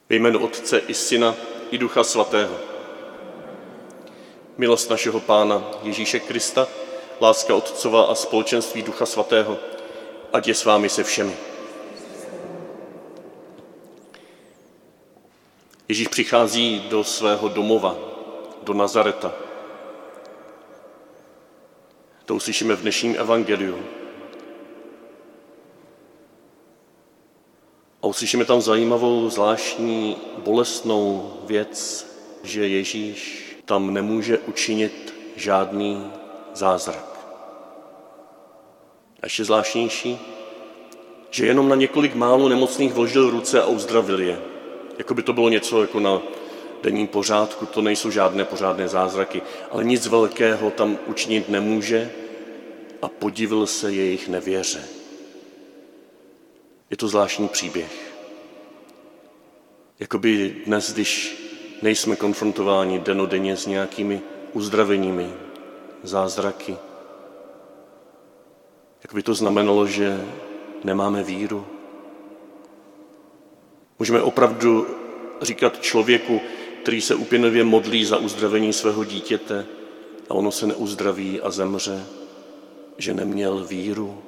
Ve jménu Otce i Syna i Ducha Svatého. Milost našeho Pána Ježíše Krista, láska Otcova a společenství Ducha Svatého, ať je s vámi se všemi. Ježíš přichází do svého domova, do Nazareta. To uslyšíme v dnešním evangeliu. A uslyšíme tam zajímavou, zvláštní, bolestnou věc, že Ježíš tam nemůže učinit žádný zázrak. A ještě zvláštnější, že jenom na několik málo nemocných vložil ruce a uzdravil je. Jako by to bylo něco jako na denním pořádku, to nejsou žádné pořádné zázraky, ale nic velkého tam učinit nemůže a podivil se jejich nevěře. Je to zvláštní příběh. Jakoby dnes, když nejsme konfrontováni dennodenně s nějakými uzdraveními, zázraky, jak by to znamenalo, že nemáme víru. Můžeme opravdu říkat člověku, který se úpěnlivě modlí za uzdravení svého dítěte a ono se neuzdraví a zemře, že neměl víru.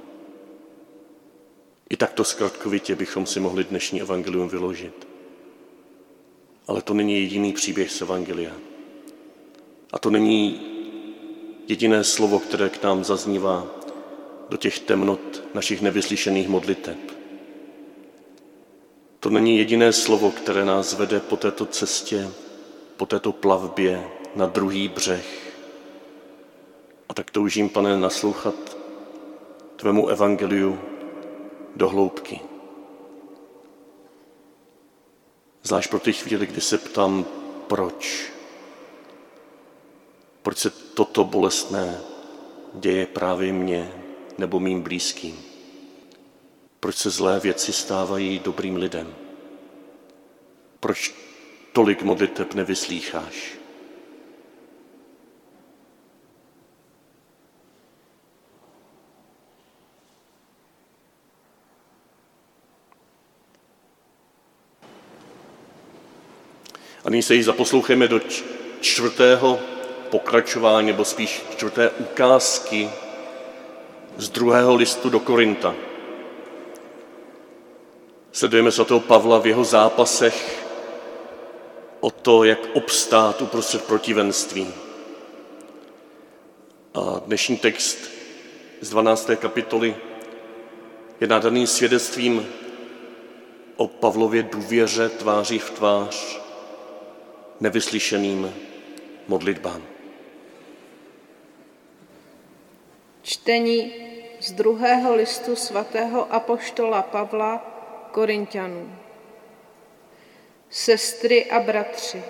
I takto zkratkovitě bychom si mohli dnešní evangelium vyložit. Ale to není jediný příběh z evangelia. A to není jediné slovo, které k nám zaznívá do těch temnot našich nevyslyšených modliteb. To není jediné slovo, které nás vede po této cestě, po této plavbě na druhý břeh. A tak toužím, Pane, naslouchat tvému evangeliu do hloubky. Zvlášť pro ty chvíli, kdy se ptám, proč? Proč se toto bolestné děje právě mně nebo mým blízkým? Proč se zlé věci stávají dobrým lidem? Proč tolik modliteb nevyslýcháš? A nyní se již zaposlouchejme do čtvrtého pokračování, nebo spíš čtvrté ukázky z druhého listu do Korinta. Sledujeme svatého Pavla v jeho zápasech o to, jak obstát uprostřed protivenství. A dnešní text z 12. kapitoly je nadaný svědectvím o Pavlově důvěře tváří v tvář nevyslyšeným modlitbám. Čtení z druhého listu svatého apoštola Pavla Korinťanům. Sestry a bratři,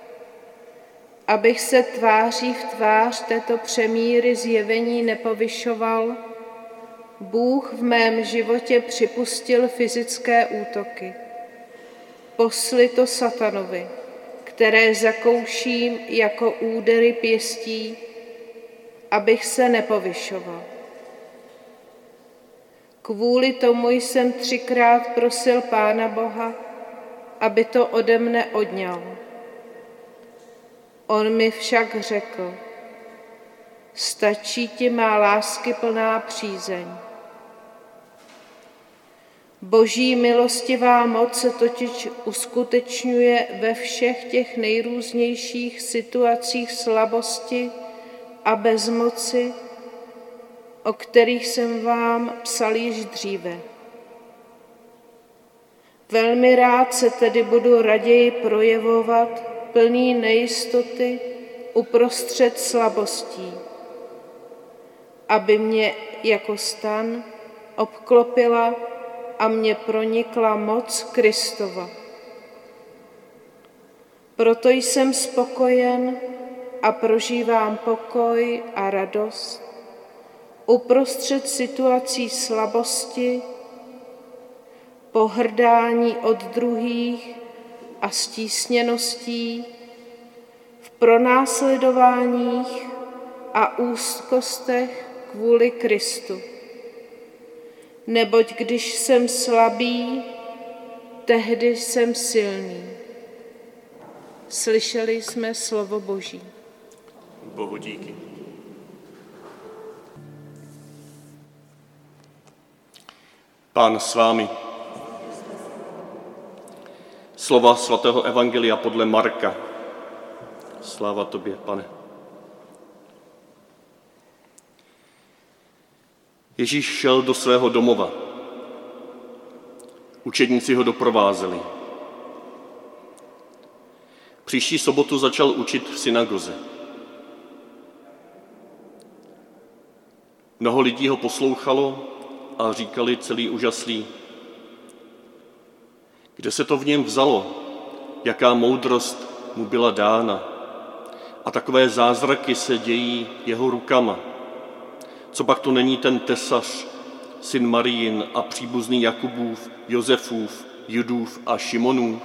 abych se tváří v tvář této přemíry zjevení nepovyšoval, Bůh v mém životě připustil fyzické útoky. Posly to satanovi, které zakouším jako údery pěstí, abych se nepovyšoval. Kvůli tomu jsem 3krát prosil Pána Boha, aby to ode mne odňal. On mi však řekl, stačí ti má láskyplná přízeň. Boží milostivá moc se totiž uskutečňuje ve všech těch nejrůznějších situacích slabosti a bezmoci, o kterých jsem vám psal již dříve. Velmi rád se tedy budu raději projevovat plný nejistoty uprostřed slabostí, aby mě jako stan obklopila a mě pronikla moc Kristova. Proto jsem spokojen a prožívám pokoj a radost uprostřed situací slabosti, pohrdání od druhých a stísněností, v pronásledováních a úzkostech kvůli Kristu. Neboť když jsem slabý, tehdy jsem silný. Slyšeli jsme slovo Boží. Bohu díky. Pán s vámi. Slova svatého evangelia podle Marka. Sláva tobě, Pane. Ježíš šel do svého domova. Učedníci ho doprovázeli. Příští sobotu začal učit v synagoze. Mnoho lidí ho poslouchalo a říkali celý úžaslí: kde se to v něm vzalo, jaká moudrost mu byla dána a takové zázraky se dějí jeho rukama. Co pak to není ten tesař, syn Marijin a příbuzný Jakubův, Josefův, Judův a Šimonův?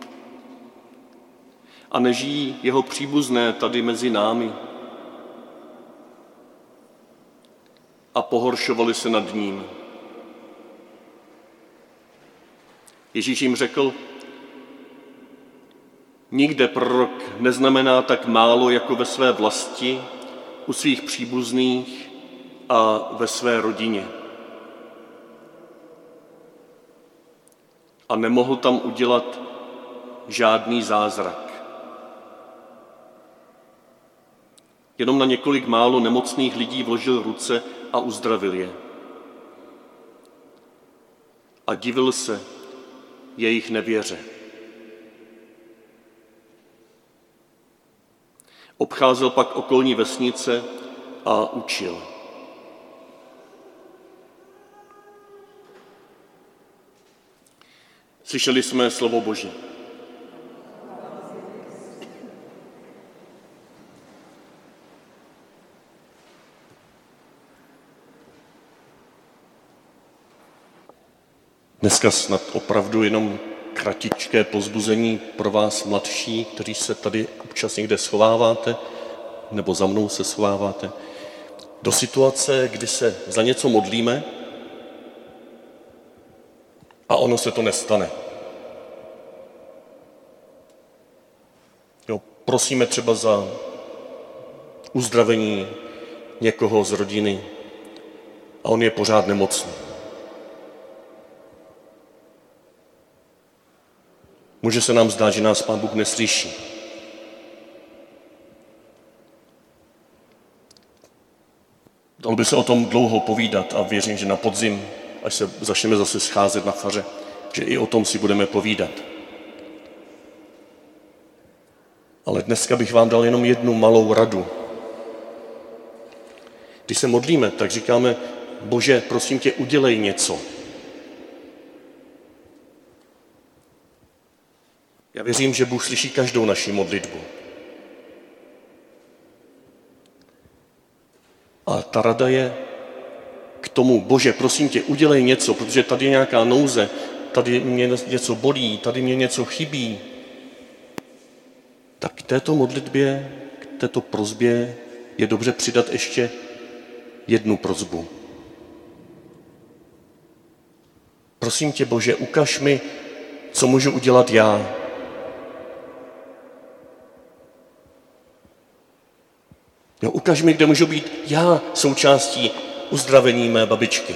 A nežijí jeho příbuzné tady mezi námi? A pohoršovali se nad ním. Ježíš jim řekl: nikde prorok neznamená tak málo jako ve své vlasti, u svých příbuzných a ve své rodině. A nemohl tam udělat žádný zázrak. Jenom na několik málo nemocných lidí vložil ruce a uzdravil je. A divil se jejich nevěře. Obcházel pak okolní vesnice a učil. Slyšeli jsme slovo Boží. Dneska snad opravdu jenom kratičké povzbuzení pro vás mladší, kteří se tady občas někde schováváte, nebo za mnou se schováváte, do situace, kdy se za něco modlíme a ono se to nestane. Jo, prosíme třeba za uzdravení někoho z rodiny a on je pořád nemocný. Může se nám zdát, že nás Pán Bůh neslyší. Dalo by se o tom dlouho povídat a věřím, že na podzim, až se začneme zase scházet na faře, že i o tom si budeme povídat. Ale dneska bych vám dal jenom jednu malou radu. Když se modlíme, tak říkáme: Bože, prosím tě, udělej něco. Já věřím, že Bůh slyší každou naši modlitbu. A ta rada je k tomu: Bože, prosím tě, udělej něco, protože tady je nějaká nouze, tady mě něco bolí, tady mě něco chybí. Tak k této modlitbě, k této prosbě je dobře přidat ještě jednu prosbu. Prosím tě, Bože, ukaž mi, co můžu udělat já. Jo, ukaž mi, kde můžu být já součástí uzdravení mé babičky.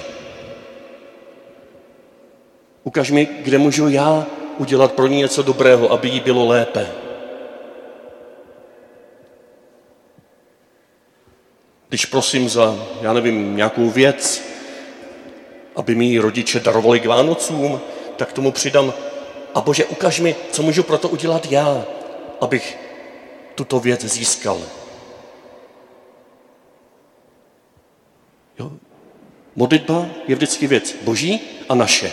Ukaž mi, kde můžu já udělat pro ní něco dobrého, aby jí bylo lépe. Když prosím za, já nevím, nějakou věc, aby mi rodiče darovali k Vánocům, tak tomu přidám: a Bože, ukaž mi, co můžu pro to udělat já, abych tuto věc získal. Jo? Modlitba je vždycky věc Boží a naše.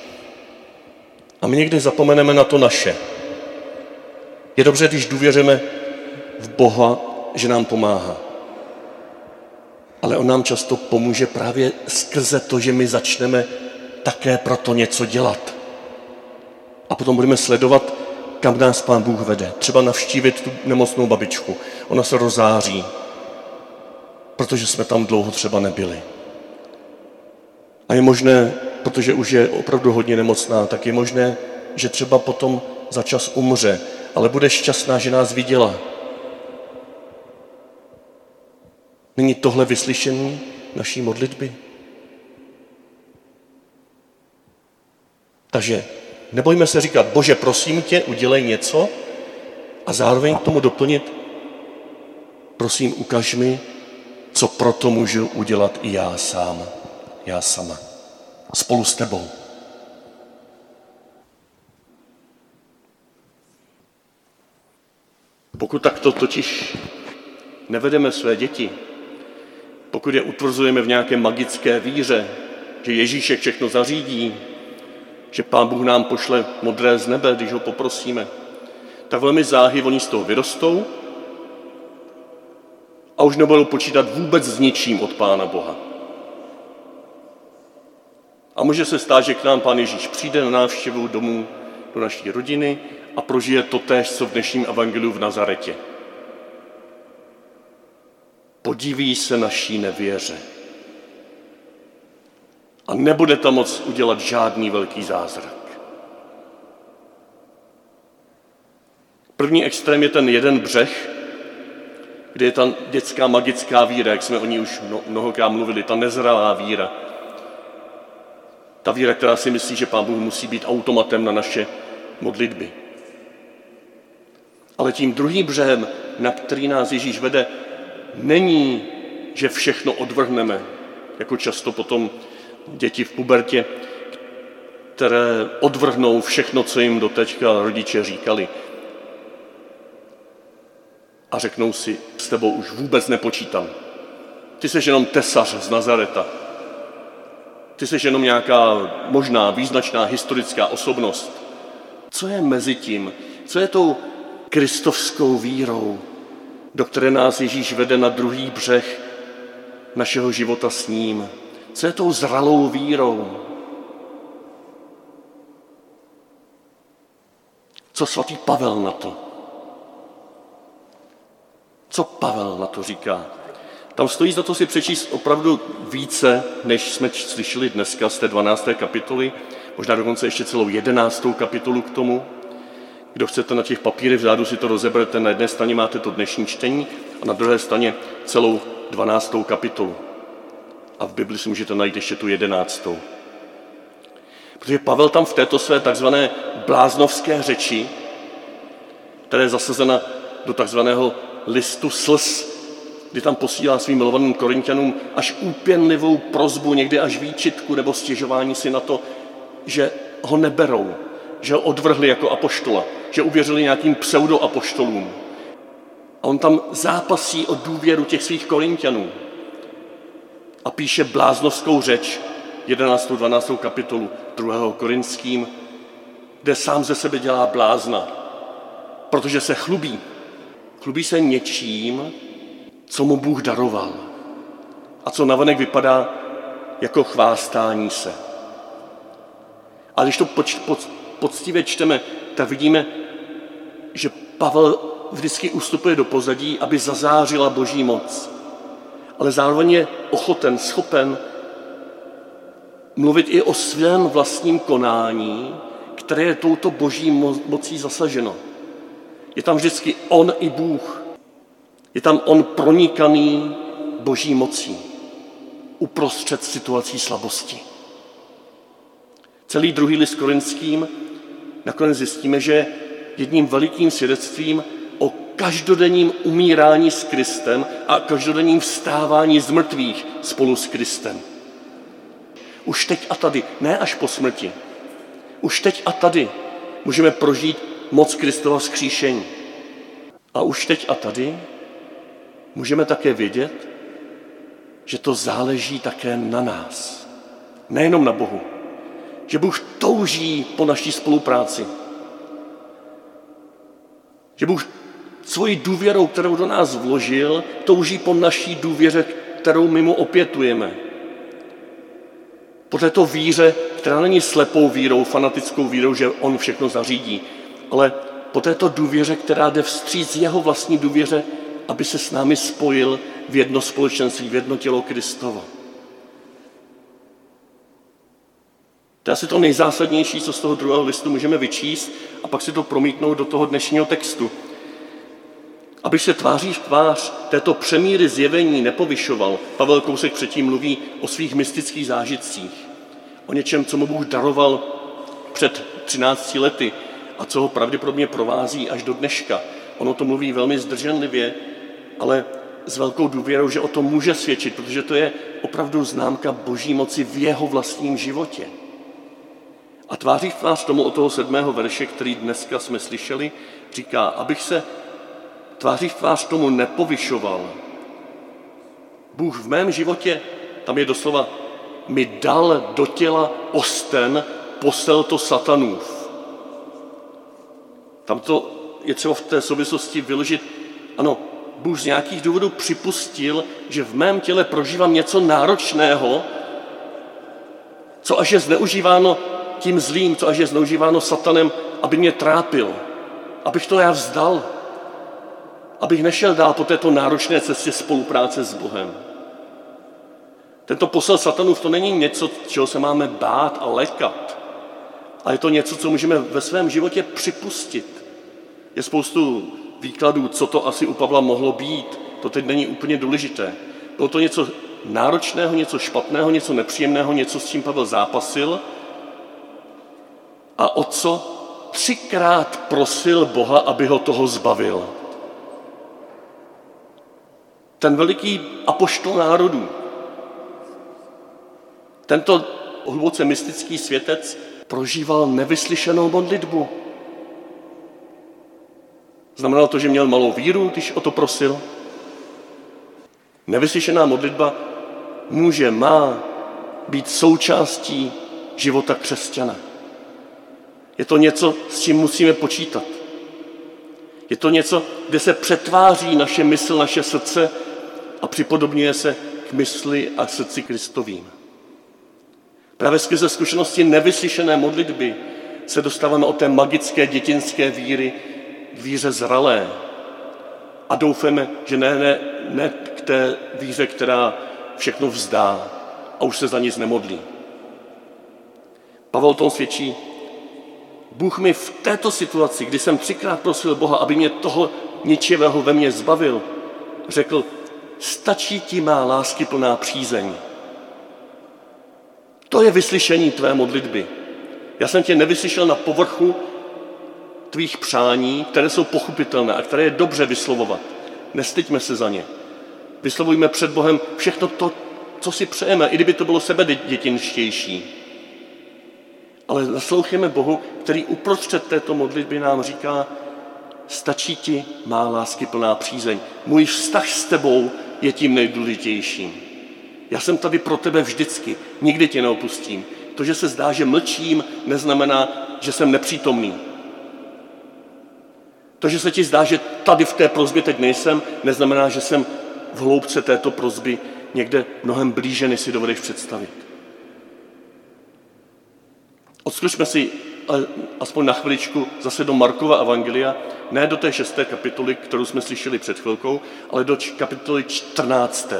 A my někdy zapomeneme na to naše. Je dobře, když důvěřujeme v Boha, že nám pomáhá. Ale on nám často pomůže právě skrze to, že my začneme také pro to něco dělat. A potom budeme sledovat, kam nás Pán Bůh vede. Třeba navštívit tu nemocnou babičku. Ona se rozáří, protože jsme tam dlouho třeba nebyli. A je možné, protože už je opravdu hodně nemocná, tak je možné, že třeba potom za čas umře ale bude šťastná, že nás viděla. Není tohle vyslyšení naší modlitby? Takže nebojme se říkat, Bože, prosím tě, udělej něco a zároveň k tomu doplnit, prosím, ukaž mi, co proto můžu udělat i já sám, já sama, spolu s tebou. Pokud takto totiž nevedeme své děti, pokud je utvrzujeme v nějaké magické víře, že Ježíšek všechno zařídí, že Pán Bůh nám pošle modré z nebe, když ho poprosíme, tak velmi záhy oni z toho vyrostou a už nebudou počítat vůbec s ničím od Pána Boha. A může se stát, že k nám Pán Ježíš přijde na návštěvu domů do naší rodiny a prožije totéž, co v dnešním evangeliu v Nazaretě. Podiví se naší nevěře. A nebude tam moc udělat žádný velký zázrak. První extrém je ten jeden břeh, kde je ta dětská magická víra, jak jsme o ní už mnohokrát mluvili, ta nezralá víra. Ta víra, která si myslí, že Pán Bůh musí být automatem na naše modlitby. Ale tím druhým břehem, na který nás Ježíš vede, není, že všechno odvrhneme, jako často potom děti v pubertě, které odvrhnou všechno, co jim doteďka rodiče říkali. A řeknou si, s tebou už vůbec nepočítám. Ty jsi jenom tesař z Nazareta. Ty jsi jenom nějaká možná význačná historická osobnost. Co je mezi tím? Co je tou kristovskou vírou, do které nás Ježíš vede na druhý břeh našeho života s ním? Co je tou zralou vírou? Co svatý Pavel na to? Co Pavel na to říká? Tam stojí za to si přečíst opravdu více, než jsme slyšeli dneska z té 12. kapitoly, možná dokonce ještě celou 11. kapitolu k tomu. Kdo chcete na těch papírech vzadu, si to rozeberete. Na jedné straně máte to dnešní čtení a na druhé straně celou 12. kapitolu. A v Bibli si můžete najít ještě tu 11. Protože Pavel tam v této své takzvané bláznovské řeči, která je zasazena do takzvaného listu slz, kdy tam posílá svým milovaným Korinťanům až úpěnlivou prosbu, někdy až výčitku nebo stěžování si na to, že ho neberou, že ho odvrhli jako apoštola, že uvěřili nějakým pseudoapoštolům. A on tam zápasí o důvěru těch svých Korinťanů a píše bláznovskou řeč, 11. 12. kapitolu 2. Korinským, kde sám ze sebe dělá blázna, protože se chlubí. Chlubí se něčím, co mu Bůh daroval a co navenek vypadá jako chvástání se. A když to poctivě čteme, tak vidíme, že Pavel vždycky ustupuje do pozadí, aby zazářila Boží moc. Ale zároveň je ochoten, schopen mluvit i o svém vlastním konání, které je touto Boží mocí zasaženo. Je tam vždycky on i Bůh. Je tam on pronikaný Boží mocí uprostřed situací slabosti. Celý druhý list Korinským nakonec zjistíme, že jedním velikým svědectvím o každodenním umírání s Kristem a každodenním vstávání z mrtvých spolu s Kristem. Už teď a tady, ne až po smrti, už teď a tady můžeme prožít moc Kristova vzkříšení. A už teď a tady můžeme také vědět, že to záleží také na nás, nejenom na Bohu. Že Bůh touží po naší spolupráci. Že Bůh svojí důvěrou, kterou do nás vložil, touží po naší důvěře, kterou my mu opětujeme. Po této víře, která není slepou vírou, fanatickou vírou, že on všechno zařídí, ale po této důvěře, která jde vstříc jeho vlastní důvěře, aby se s námi spojil v jedno společenství, v jedno tělo Kristovo. To je asi to nejzásadnější, co z toho druhého listu můžeme vyčíst a pak si to promítnout do toho dnešního textu. Abych se tváří v tvář této přemíry zjevení nepovyšoval, Pavel kousek předtím mluví o svých mystických zážitcích, o něčem, co mu Bůh daroval před 13 lety a co ho pravděpodobně provází až do dneška. Ono to mluví velmi zdrženlivě, ale s velkou důvěrou, že o tom může svědčit, protože to je opravdu známka Boží moci v jeho vlastním životě. A tváří v tvář tomu od toho 7. verše, který dneska jsme slyšeli, říká, abych se tváří v tvář tomu nepovyšoval. Bůh v mém životě, tam je doslova, mi dal do těla osten, posel to satanův. Tam to je třeba v té souvislosti vyložit, ano, Bůh z nějakých důvodů připustil, že v mém těle prožívám něco náročného, co až je zneužíváno tím zlým, co až je zneužíváno satanem, aby mě trápil, abych to já vzdal, abych nešel dál po této náročné cestě spolupráce s Bohem. Tento posel satanův to není něco, čeho se máme bát a lékat, ale je to něco, co můžeme ve svém životě připustit. Je spoustu výkladů, co to asi u Pavla mohlo být, to teď není úplně důležité. Bylo to něco náročného, něco špatného, něco nepříjemného, něco, s čím Pavel zápasil a o co 3krát prosil Boha, aby ho toho zbavil. Ten veliký apoštol národů, tento hluboce mystický světec prožíval nevyslyšenou modlitbu. Znamenalo to, že měl malou víru, když o to prosil? Nevyslyšená modlitba má být součástí života křesťana. Je to něco, s čím musíme počítat. Je to něco, kde se přetváří naše mysl, naše srdce a připodobňuje se k mysli a srdci Kristovým. Právě skrze zkušenosti nevyslyšené modlitby se dostáváme od té magické dětinské víry k víře zralé. A doufáme, že ne k té víře, která všechno vzdá a už se za nic nemodlí. Pavel o tom svědčí. Bůh mi v této situaci, kdy jsem 3krát prosil Boha, aby mě toho ničivého ve mně zbavil, řekl, stačí ti má láskyplná přízeň. To je vyslyšení tvé modlitby. Já jsem tě nevyslyšel na povrchu tvých přání, které jsou pochopitelné a které je dobře vyslovovat. Nestyďme se za ně. Vyslovujme před Bohem všechno to, co si přejeme, i kdyby to bylo sebedětinštější. Ale naslouchejme Bohu, který uprostřed této modlitby nám říká, stačí ti má láskyplná přízeň. Můj vztah s tebou je tím nejdůležitějším. Já jsem tady pro tebe vždycky, nikdy tě neopustím. To, že se zdá, že mlčím, neznamená, že jsem nepřítomný. To, že se ti zdá, že tady v té prosbě teď nejsem, neznamená, že jsem v hloubce této prosby někde mnohem blíže, než si dovedeš představit. Odskočme si aspoň na chviličku zase do Markova evangelia, ne do té 6. kapitoly, kterou jsme slyšeli před chvilkou, ale do kapitoly 14.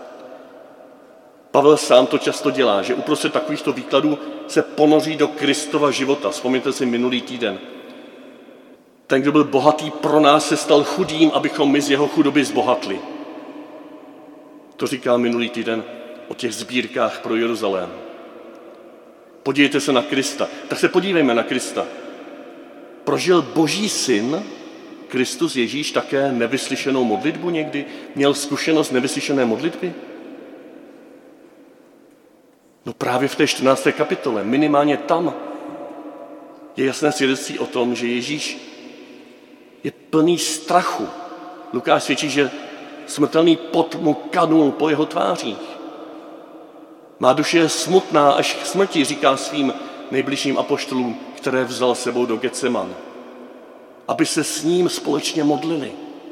Pavel sám to často dělá, že uprostřed takovýchto výkladů se ponoří do Kristova života. Vzpomněte si minulý týden. Ten, kdo byl bohatý pro nás, se stal chudým, abychom my z jeho chudoby zbohatli. To říkal minulý týden o těch sbírkách pro Jeruzalém. Podívejte se na Krista. Tak se podívejme na Krista. Prožil Boží syn, Kristus Ježíš, také nevyslyšenou modlitbu někdy? Měl zkušenost nevyslyšené modlitby? No právě v té 14. kapitole, minimálně tam, je jasné svědectví o tom, že Ježíš je plný strachu. Lukáš svědčí, že smrtelný pot mu kanul po jeho tvářích. Má duše je smutná až k smrti, říká svým nejbližším apoštolům, které vzal sebou do Getseman, aby se s ním společně modlili.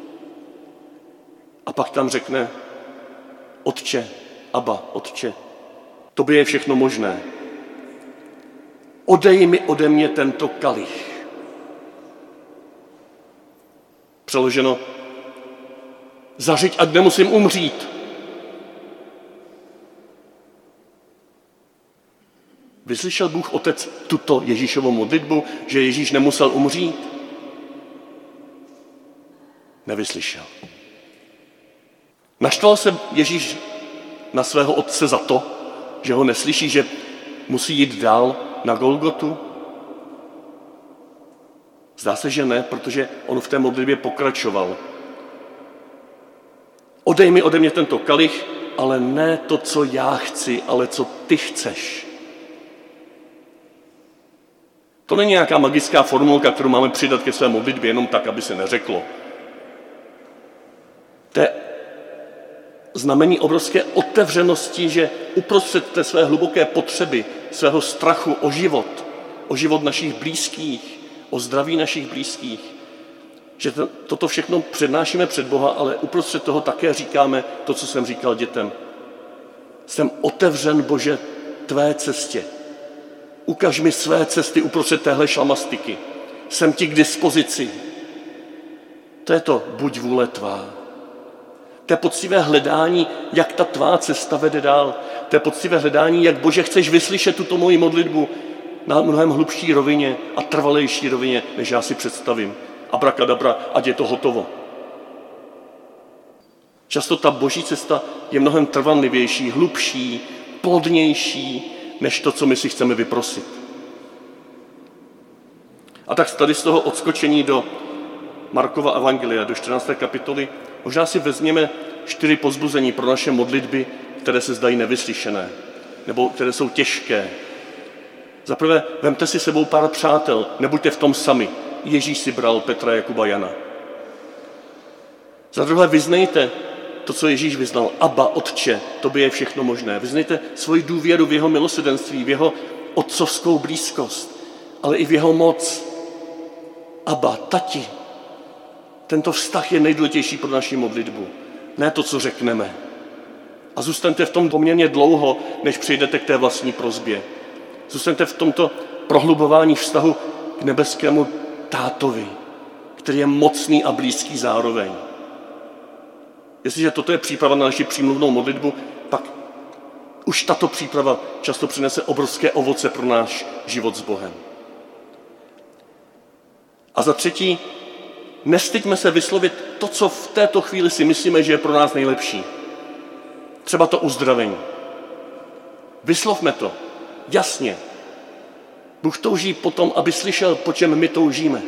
A pak tam řekne, Otče, Abba, Otče, tobě je všechno možné. Odej mi ode mě tento kalich. Přeloženo, zařiď, ať nemusím umřít. Vyslyšel Bůh Otec tuto Ježíšovu modlitbu, že Ježíš nemusel umřít? Nevyslyšel. Naštval se Ježíš na svého otce za to, že ho neslyší, že musí jít dál na Golgotu? Zdá se, že ne, protože on v té modlitbě pokračoval. Odej mi ode mě tento kalich, ale ne to, co já chci, ale co ty chceš. To není nějaká magická formulka, kterou máme přidat ke své modlitbě, jenom tak, aby se neřeklo. To je znamení obrovské otevřenosti, že uprostřed té své hluboké potřeby, svého strachu o život našich blízkých, o zdraví našich blízkých, že toto všechno přednášíme před Boha, ale uprostřed toho také říkáme to, co jsem říkal dětem. Jsem otevřen, Bože, tvé cestě. Ukaž mi své cesty uprostřed téhle šlamastiky. Jsem ti k dispozici. To je to, buď vůle tvá. To je poctivé hledání, jak ta tvá cesta vede dál. To je poctivé hledání, jak, Bože, chceš vyslyšet tuto moji modlitbu na mnohem hlubší rovině a trvalejší rovině, než já si představím. Abrakadabra, ať je to hotovo. Často ta boží cesta je mnohem trvanlivější, hlubší, plodnější, než to, co my si chceme vyprosit. A tak tady z toho odskočení do Markova evangelia, do 14. kapitoly, možná si vezměme 4 povzbuzení pro naše modlitby, které se zdají nevyslyšené, nebo které jsou těžké. Za prvé, vemte si sebou pár přátel, nebuďte v tom sami. Ježíš si bral Petra, Jakuba, Jana. Za druhé, vyznejte to, co Ježíš vyznal. Abba, Otče, tobě je všechno možné. Vyznejte svoji důvěru v jeho milosrdenství, v jeho otcovskou blízkost, ale i v jeho moc. Abba, tati. Tento vztah je nejdůležitější pro naši modlitbu. Ne to, co řekneme. A zůstaňte v tom poměrně dlouho, než přijdete k té vlastní prosbě. Zůstaňte v tomto prohlubování vztahu k nebeskému tátovi, který je mocný a blízký zároveň. Jestliže toto je příprava na naši přímluvnou modlitbu, pak už tato příprava často přinese obrovské ovoce pro náš život s Bohem. A za třetí, nestyďme se vyslovit to, co v této chvíli si myslíme, že je pro nás nejlepší. Třeba to uzdravení. Vyslovme to jasně. Bůh touží potom, aby slyšel, po čem my toužíme.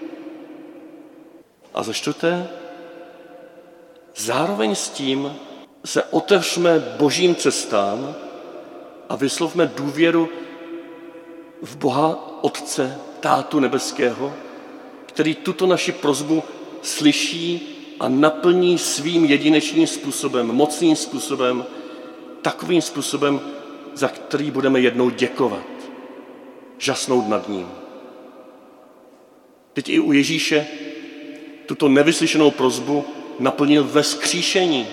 A za čtvrté, zároveň s tím se otevřme božím cestám a vyslovme důvěru v Boha Otce, Tátu nebeského, který tuto naši prosbu slyší a naplní svým jedinečným způsobem, mocným způsobem, takovým způsobem, za který budeme jednou děkovat, žasnout nad ním. Teď i u Ježíše tuto nevyslyšenou prosbu naplnil ve vzkříšení,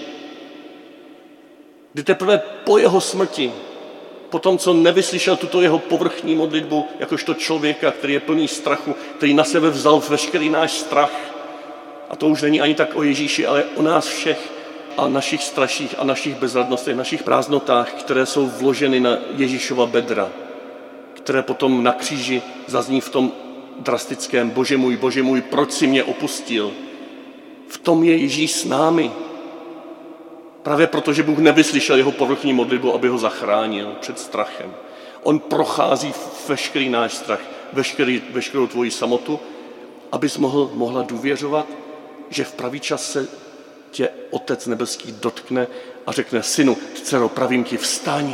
kdy teprve po jeho smrti, po tom, co nevyslyšel tuto jeho povrchní modlitbu, jakožto člověka, který je plný strachu, který na sebe vzal veškerý náš strach. A to už není ani tak o Ježíši, ale o nás všech a našich strachích a našich bezradnostech, našich prázdnotách, které jsou vloženy na Ježíšova bedra, které potom na kříži zazní v tom drastickém Bože můj, proč jsi mě opustil? V tom je Ježíš s námi. Právě proto, že Bůh nevyslyšel jeho povrchní modlitbu, aby ho zachránil před strachem. On prochází veškerý náš strach, veškerou tvoji samotu, abys mohla důvěřovat, že v pravý čas se tě Otec nebeský dotkne a řekne, synu, dcero, pravím ti, vstaň,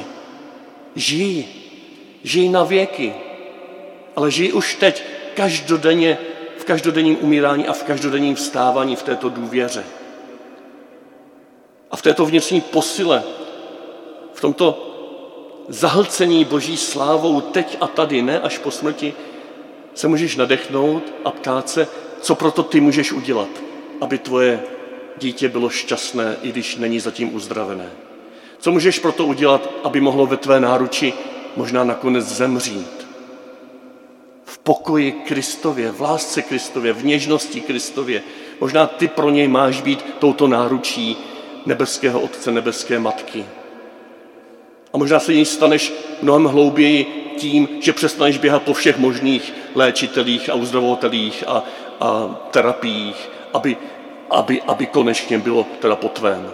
žij na věky, ale žij už teď, každodenně, v každodenním umírání a v každodenním vstávání v této důvěře. A v této vnitřní posile, v tomto zahlcení boží slávou teď a tady, ne až po smrti, se můžeš nadechnout a ptát se, co proto ty můžeš udělat, aby tvoje dítě bylo šťastné, i když není zatím uzdravené. Co můžeš proto udělat, aby mohlo ve tvé náruči možná nakonec zemřít. V pokoji Kristově, v lásce Kristově, v něžnosti Kristově. Možná ty pro něj máš být touto náručí nebeského Otce, nebeské Matky. A možná se jí staneš mnohem hlouběji tím, že přestaneš běhat po všech možných léčitelích a uzdravovatelích a terapiích, aby konečně bylo teda po tvém.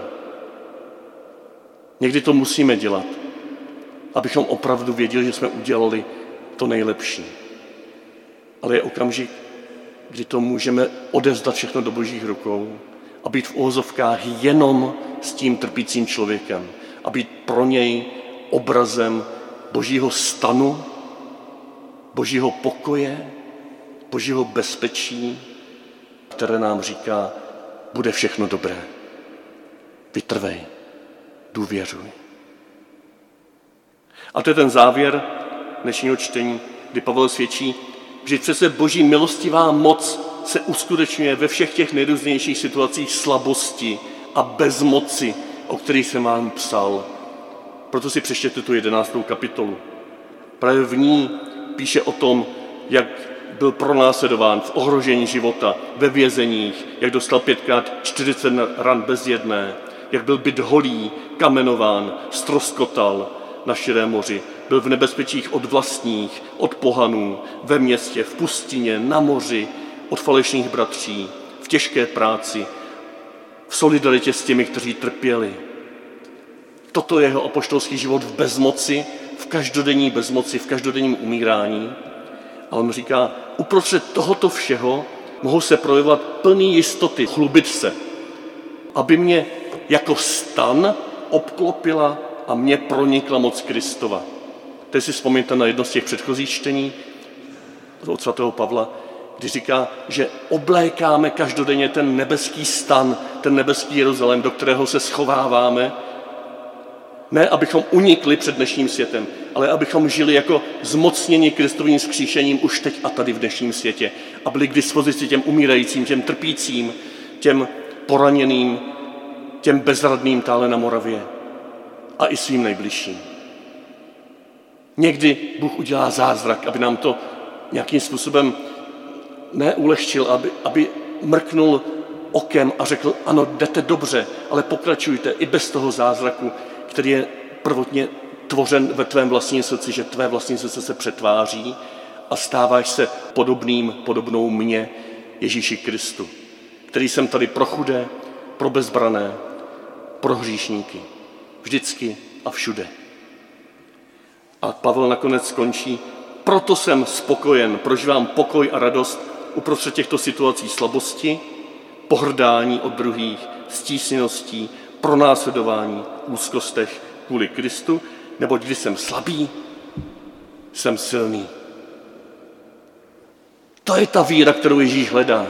Někdy to musíme dělat, abychom opravdu věděli, že jsme udělali to nejlepší. Ale je okamžik, kdy to můžeme odevzdat všechno do Božích rukou a být v uvozovkách jenom s tím trpícím člověkem a být pro něj obrazem Božího stanu, Božího pokoje, Božího bezpečí, které nám říká, bude všechno dobré. Vytrvej, důvěřuj. A to je ten závěr dnešního čtení, kdy Pavel svědčí, že přece Boží milostivá moc se uskutečňuje ve všech těch nejrůznějších situacích slabosti a bezmoci, o kterých jsem vám psal. Proto si přečtěte tu 11. kapitolu. Právě v ní píše o tom, jak byl pronásledován v ohrožení života, ve vězeních, jak dostal 5x 40 ran bez jedné, jak byl byt holý, kamenován, ztroskotal na širém moři, byl v nebezpečích od vlastních, od pohanů, ve městě, v pustině, na moři, od falešných bratří, v těžké práci, v solidaritě s těmi, kteří trpěli. Toto je jeho apoštolský život v bezmoci, v každodenní bezmoci, v každodenním umírání. A on říká, uprostřed tohoto všeho mohou se projevovat plný jistoty, chlubit se, aby mě jako stan obklopila a mě pronikla moc Kristova. Teď si vzpomněte na jedno z těch předchozích čtení od svatého Pavla, kdy říká, že oblékáme každodenně ten nebeský stan, ten nebeský Jeruzalém, do kterého se schováváme, ne abychom unikli před dnešním světem, ale abychom žili jako zmocněni Kristovým vzkříšením už teď a tady v dnešním světě a byli k dispozici těm umírajícím, těm trpícím, těm poraněným, těm bezradným tále na Moravě a i svým nejbližším. Někdy Bůh udělá zázrak, aby nám to nějakým způsobem neulehčil, aby mrknul okem a řekl, ano, jdete dobře, ale pokračujte i bez toho zázraku, který je prvotně tvořen ve tvém vlastním srdci, že tvé vlastní srdce se přetváří a stáváš se podobnou mně, Ježíši Kristu, který jsem tady pro chudé, pro bezbrané, pro hříšníky, vždycky a všude. A Pavel nakonec skončí, proto jsem spokojen, prožívám pokoj a radost uprostřed těchto situací slabosti, pohrdání od druhých, stísněností, pronásledování, úzkostech kvůli Kristu, neboť když jsem slabý, jsem silný. To je ta víra, kterou Ježíš hledá.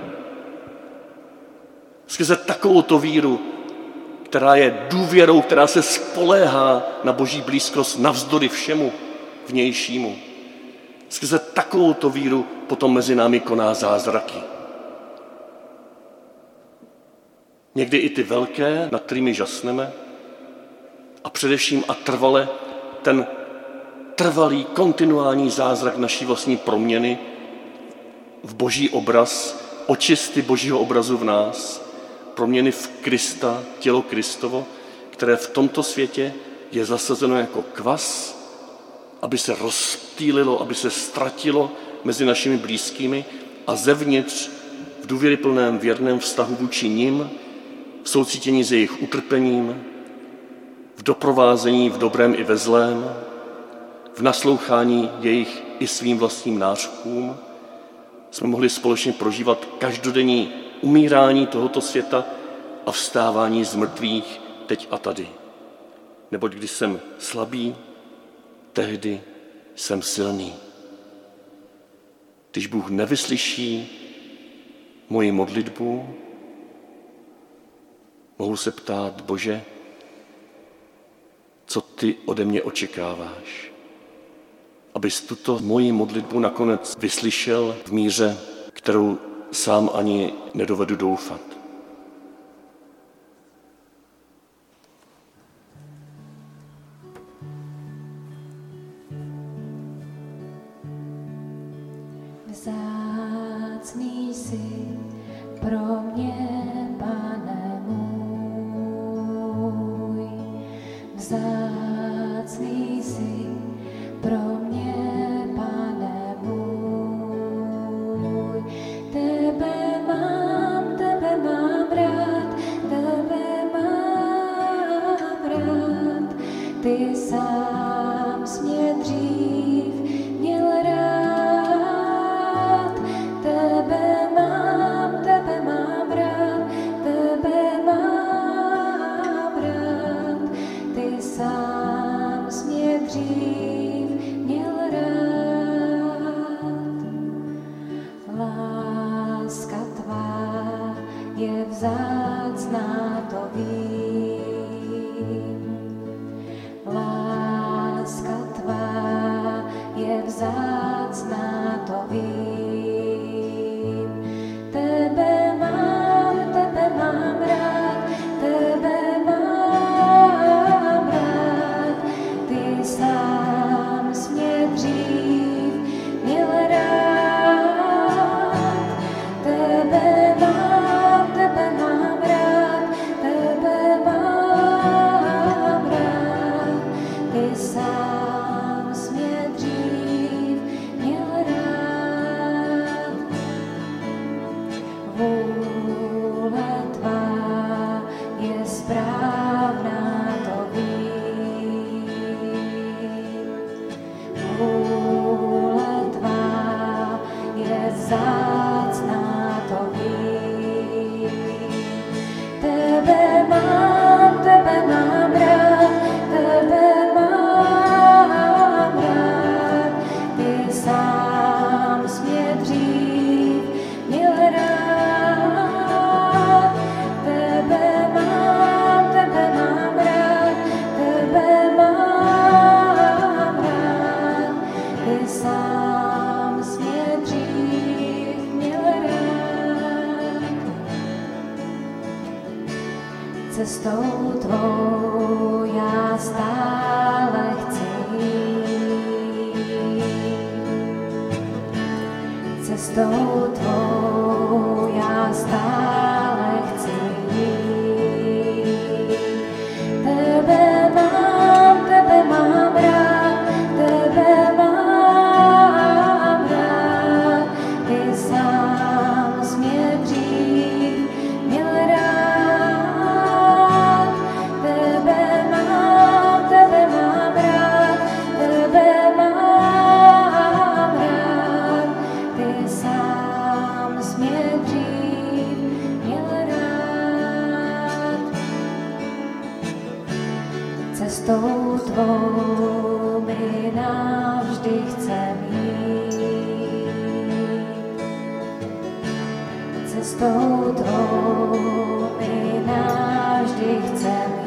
Skrze takovouto víru, která je důvěrou, která se spoléhá na Boží blízkost navzdory všemu vnějšímu. Skrze takovouto víru potom mezi námi koná zázraky. Někdy i ty velké, nad kterými žasneme, a především a trvale ten trvalý, kontinuální zázrak naší vlastní proměny v Boží obraz, očisty Božího obrazu v nás, proměny v Krista, tělo Kristovo, které v tomto světě je zasazeno jako kvas, aby se rozptýlilo, aby se ztratilo mezi našimi blízkými a zevnitř v důvěryplném věrném vztahu vůči nim, v soucítění s jejich utrpením, v doprovázení v dobrém i ve zlém, v naslouchání jejich i svým vlastním nářkům, jsme mohli společně prožívat každodenní umírání tohoto světa a vstávání z mrtvých teď a tady. Neboť když jsem slabý, tehdy jsem silný. Když Bůh nevyslyší moji modlitbu, mohu se ptát, Bože, co ty ode mě očekáváš? Abys tuto moji modlitbu nakonec vyslyšel v míře, kterou sám ani nedovedu doufat. Vzácný jsi pro mě, Pane můj, vzácný jsi pro mě, vzácná, to vím. Láska tvá je vzácná, to vím. Tebe mám rád, tebe mám rád. Ty sám jsi mě dřív měl rád. Tebe mám rád, tebe mám rád. Ty sám jsi mě dřív měl rád. Vůle tvá je správná, to vím. Vůle tvá je vzácná, to vím. Tebe mám rád, tebe mám rád. Ty sám jsi mě dřív měl rád. Tebe mám rád, tebe mám rád. Ty sám jsi mě dřív měl rád. Cestou tvou já stále chci jít. Cestou tvou já stále chci jít. Tebe mám rád, tebe mám rád. Ty sám jsi mě dřív měl rád. Tebe mám rád, tebe mám rád. Ty sám jsi mě dřív měl rád. Cestou tvou mi navždy chcem jít. Cestou tvou mi navždy chcem jít.